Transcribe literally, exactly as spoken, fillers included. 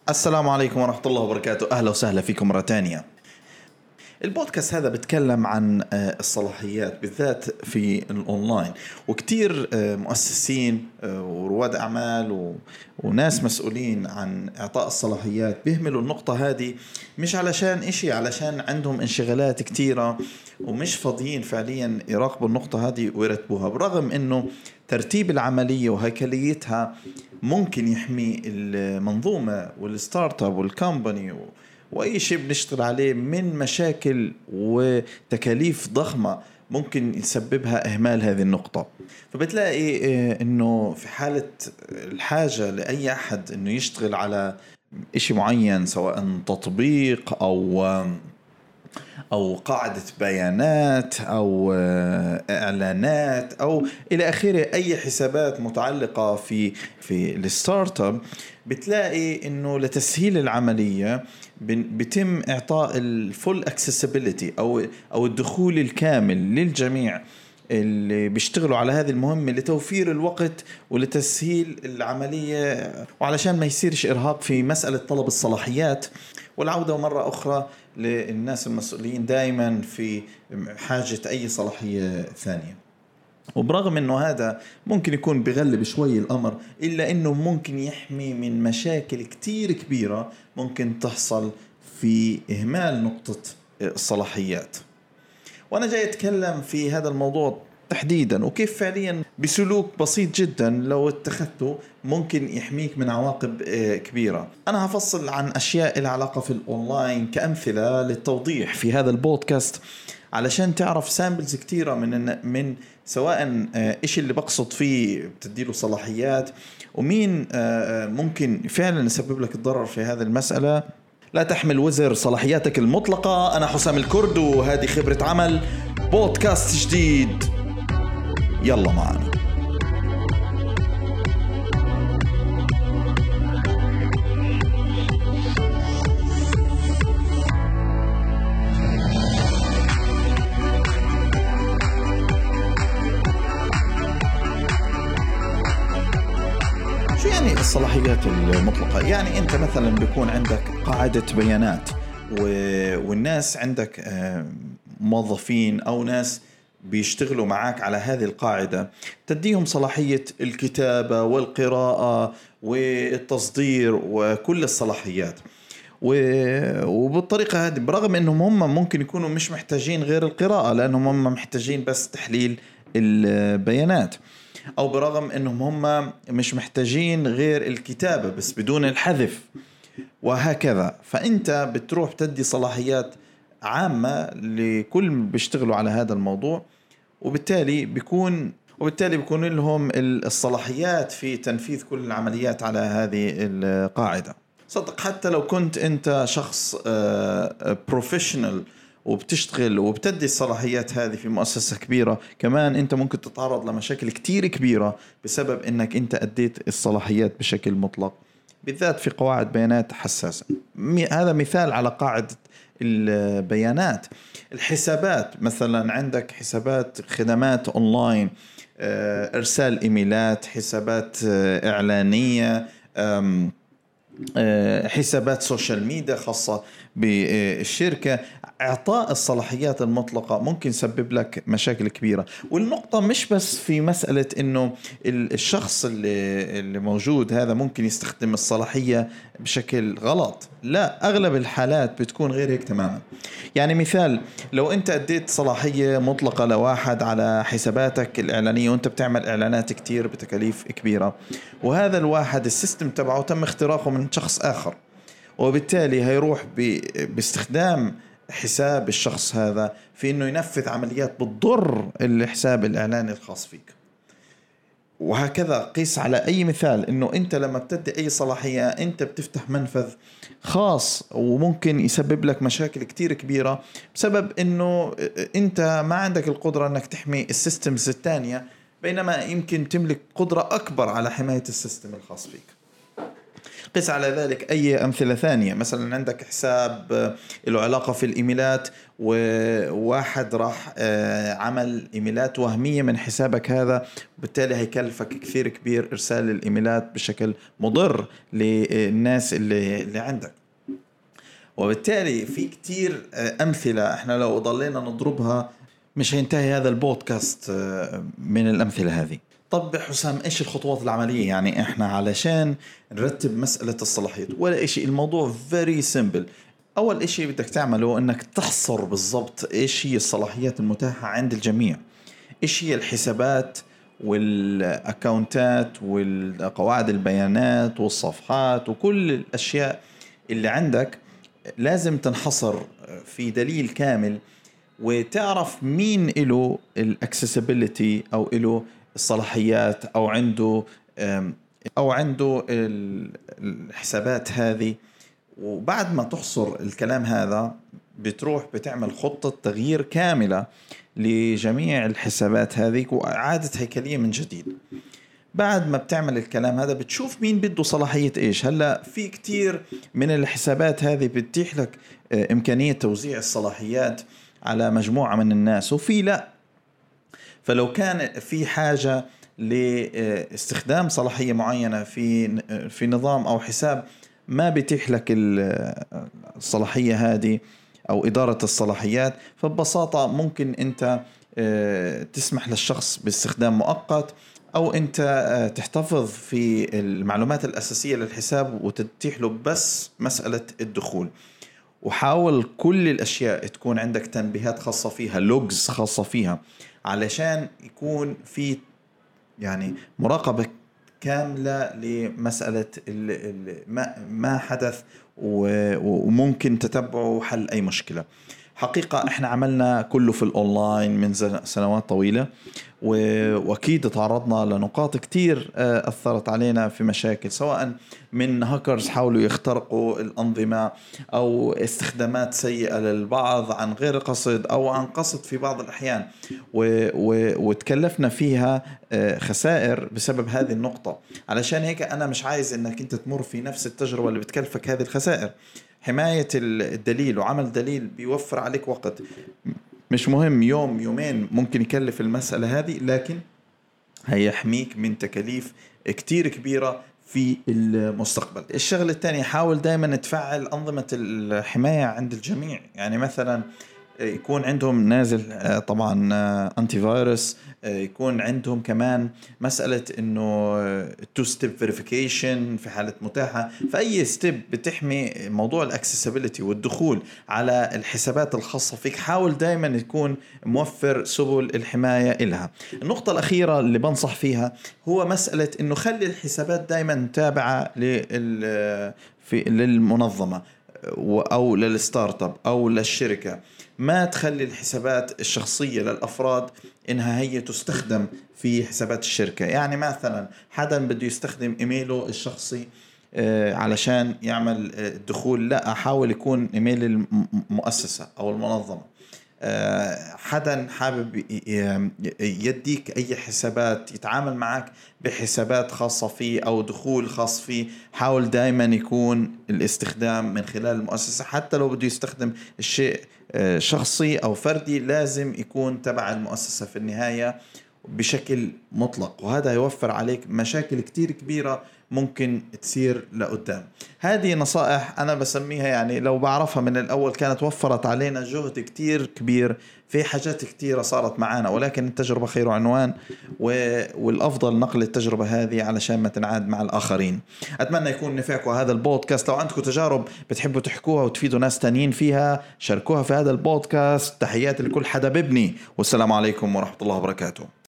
السلام عليكم ورحمة الله وبركاته. أهلا وسهلا فيكم مرة تانية. البودكاست هذا بتكلم عن الصلاحيات بالذات في الأونلاين، وكتير مؤسسين ورواد أعمال وناس مسؤولين عن إعطاء الصلاحيات بيهملوا النقطة هذه، مش علشان إشي، علشان عندهم انشغالات كتيرة ومش فاضيين فعليا يراقبوا النقطة هذه ويرتبوها، برغم إنه ترتيب العملية وهيكليتها ممكن يحمي المنظومة والستارت اب والكامباني وأي شيء بنشتغل عليه من مشاكل وتكاليف ضخمة ممكن يسببها إهمال هذه النقطة. فبتلاقي إنه في حالة الحاجة لأي أحد إنه يشتغل على إشي معين، سواء تطبيق أو أو قاعدة بيانات أو إعلانات أو إلى آخره، أي حسابات متعلقة في في الستارت اب، بتلاقي إنه لتسهيل العملية بيتم إعطاء الفول اكسسبيليتي أو أو الدخول الكامل للجميع اللي بيشتغلوا على هذه المهمة، لتوفير الوقت ولتسهيل العملية، وعلشان ما يصيرش إرهاق في مسألة طلب الصلاحيات. والعودة مرة أخرى للناس المسؤولين دائما في حاجة أي صلاحية ثانية. وبرغم أنه هذا ممكن يكون بغلب شوي الأمر، إلا أنه ممكن يحمي من مشاكل كتير كبيرة ممكن تحصل في إهمال نقطة الصلاحيات. وأنا جاي أتكلم في هذا الموضوع تحديدا، وكيف فعليا بسلوك بسيط جدا لو اتخذته ممكن يحميك من عواقب كبيرة. أنا هفصل عن أشياء العلاقة في الأونلاين كأمثلة للتوضيح في هذا البودكاست، علشان تعرف سامبلز كتيرة من من سواء إيش اللي بقصد فيه بتديله صلاحيات، ومين ممكن فعلا يسبب لك الضرر في هذه المسألة. لا تحمل وزر صلاحياتك المطلقة. أنا حسام الكرد، وهذه خبرة عمل، بودكاست جديد، يلا معنا. شو يعني الصلاحيات المطلقة؟ يعني أنت مثلا بيكون عندك قاعدة بيانات والناس عندك موظفين أو ناس بيشتغلوا معاك على هذه القاعدة، تديهم صلاحية الكتابة والقراءة والتصدير وكل الصلاحيات. وبالطريقة هذه، برغم أنهم هم ممكن يكونوا مش محتاجين غير القراءة، لأنهم هم محتاجين بس تحليل البيانات، أو برغم أنهم هم مش محتاجين غير الكتابة بس بدون الحذف، وهكذا. فأنت بتروح تدي صلاحيات عامة لكل بيشتغلوا على هذا الموضوع، وبالتالي بيكون وبالتالي بيكون لهم الصلاحيات في تنفيذ كل العمليات على هذه القاعدة. صدق، حتى لو كنت أنت شخص بروفيشنال وبتشتغل وبتدي الصلاحيات هذه في مؤسسة كبيرة، كمان أنت ممكن تتعرض لمشاكل كتير كبيرة بسبب أنك أنت أديت الصلاحيات بشكل مطلق، بالذات في قواعد بيانات حساسة. هذا مثال على قاعدة البيانات. الحسابات، مثلا عندك حسابات خدمات أونلاين، إرسال إيميلات، حسابات إعلانية، حسابات سوشيال ميديا خاصة بالشركة. إعطاء الصلاحيات المطلقة ممكن يسبب لك مشاكل كبيرة. والنقطة مش بس في مسألة إنه الشخص اللي, اللي موجود هذا ممكن يستخدم الصلاحية بشكل غلط، لا، أغلب الحالات بتكون غير هيك تماما. يعني مثال، لو أنت أديت صلاحية مطلقة لواحد على حساباتك الإعلانية وأنت بتعمل إعلانات كتير بتكاليف كبيرة، وهذا الواحد السيستم تبعه تم اختراقه من شخص آخر، وبالتالي هيروح باستخدام حساب الشخص هذا في إنه ينفذ عمليات بتضر الحساب الإعلاني الخاص فيك. وهكذا قيس على أي مثال، إنه أنت لما بتدي أي صلاحية أنت بتفتح منفذ خاص، وممكن يسبب لك مشاكل كتير كبيرة بسبب إنه أنت ما عندك القدرة إنك تحمي السيستمز الثانية، بينما يمكن تملك قدرة أكبر على حماية السيستم الخاص فيك. قس على ذلك أي أمثلة ثانية. مثلا عندك حساب له علاقة في الإيميلات، وواحد راح عمل إيميلات وهمية من حسابك هذا، وبالتالي هيكلفك كثير كبير إرسال الإيميلات بشكل مضر للناس اللي, اللي عندك. وبالتالي في كتير أمثلة احنا لو ضلينا نضربها مش هينتهي هذا البودكاست من الأمثلة هذه. طب حسام، إيش الخطوات العملية؟ يعني إحنا علشان نرتب مسألة الصلاحيات ولا إشي، الموضوع very simple. أول إشي بدك تعمله إنك تحصر بالضبط إيش هي الصلاحيات المتاحة عند الجميع، إيش هي الحسابات والأكاونتات والقواعد البيانات والصفحات وكل الأشياء اللي عندك لازم تنحصر في دليل كامل، وتعرف مين له الاكسسبيليتي أو له الصلاحيات أو عنده أو عنده الحسابات هذه. وبعد ما تحصر الكلام هذا بتروح بتعمل خطة تغيير كاملة لجميع الحسابات هذه وإعادة هيكلية من جديد. بعد ما بتعمل الكلام هذا بتشوف مين بده صلاحية إيش. هلأ في كتير من الحسابات هذه بتتيح لك إمكانية توزيع الصلاحيات على مجموعة من الناس، وفي لا. فلو كان في حاجة لاستخدام صلاحية معينة في في نظام أو حساب ما بيتيح لك الصلاحية هذه أو إدارة الصلاحيات، فببساطة ممكن أنت تسمح للشخص باستخدام مؤقت، أو أنت تحتفظ في المعلومات الأساسية للحساب وتتيح له بس مسألة الدخول. وحاول كل الأشياء تكون عندك تنبيهات خاصة فيها، لوجز خاصة فيها، علشان يكون في يعني مراقبة كاملة لمسألة ما حدث وممكن تتبعه وحل أي مشكلة. حقيقة احنا عملنا كله في الأونلاين من سنوات طويلة، وأكيد تعرضنا لنقاط كتير أثرت علينا في مشاكل، سواء من هاكرز حاولوا يخترقوا الأنظمة، أو استخدامات سيئة للبعض عن غير قصد أو عن قصد في بعض الأحيان، وتكلفنا فيها خسائر بسبب هذه النقطة. علشان هيك أنا مش عايز أنك أنت تمر في نفس التجربة اللي بتكلفك هذه الخسائر. حماية الدليل وعمل دليل بيوفر عليك وقت، مش مهم يوم يومين ممكن يكلف المسألة هذه، لكن هيحميك من تكاليف كتير كبيرة في المستقبل. الشغلة الثانية، حاول دائما تفعل أنظمة الحماية عند الجميع. يعني مثلا يكون عندهم نازل طبعا أنتي فيروس، يكون عندهم كمان مسألة إنه تو ستيب فيريفيكيشن في حالة متاحة. فأي ستيب بتحمي موضوع الأكسسبيليتي والدخول على الحسابات الخاصة فيك، حاول دائما يكون موفر سبل الحماية إلها. النقطة الأخيرة اللي بنصح فيها هو مسألة إنه خلي الحسابات دائما تابعة للمنظمة أو للستارت اب أو للشركة. ما تخلي الحسابات الشخصية للأفراد إنها هي تستخدم في حسابات الشركة. يعني مثلا حدا بده يستخدم إيميله الشخصي علشان يعمل الدخول، لا، أحاول يكون إيميل المؤسسة أو المنظمة. حدا حابب يديك أي حسابات يتعامل معك بحسابات خاصة فيه أو دخول خاص فيه، حاول دائما يكون الاستخدام من خلال المؤسسة. حتى لو بده يستخدم الشيء شخصي أو فردي لازم يكون تبع المؤسسة في النهاية بشكل مطلق، وهذا يوفر عليك مشاكل كتير كبيرة ممكن تصير لقدام. هذه نصائح أنا بسميها يعني لو بعرفها من الأول كانت وفرت علينا جهد كتير كبير في حاجات كتيرة صارت معانا، ولكن التجربة خير عنوان، والأفضل نقل التجربة هذه علشان ما تنعاد مع الآخرين. أتمنى يكون نفعكم هذا البودكاست. لو عندكم تجارب بتحبوا تحكوها وتفيدوا ناس تانيين فيها شاركوها في هذا البودكاست. تحياتي لكل حدا ببني، والسلام عليكم ورحمة الله وبركاته.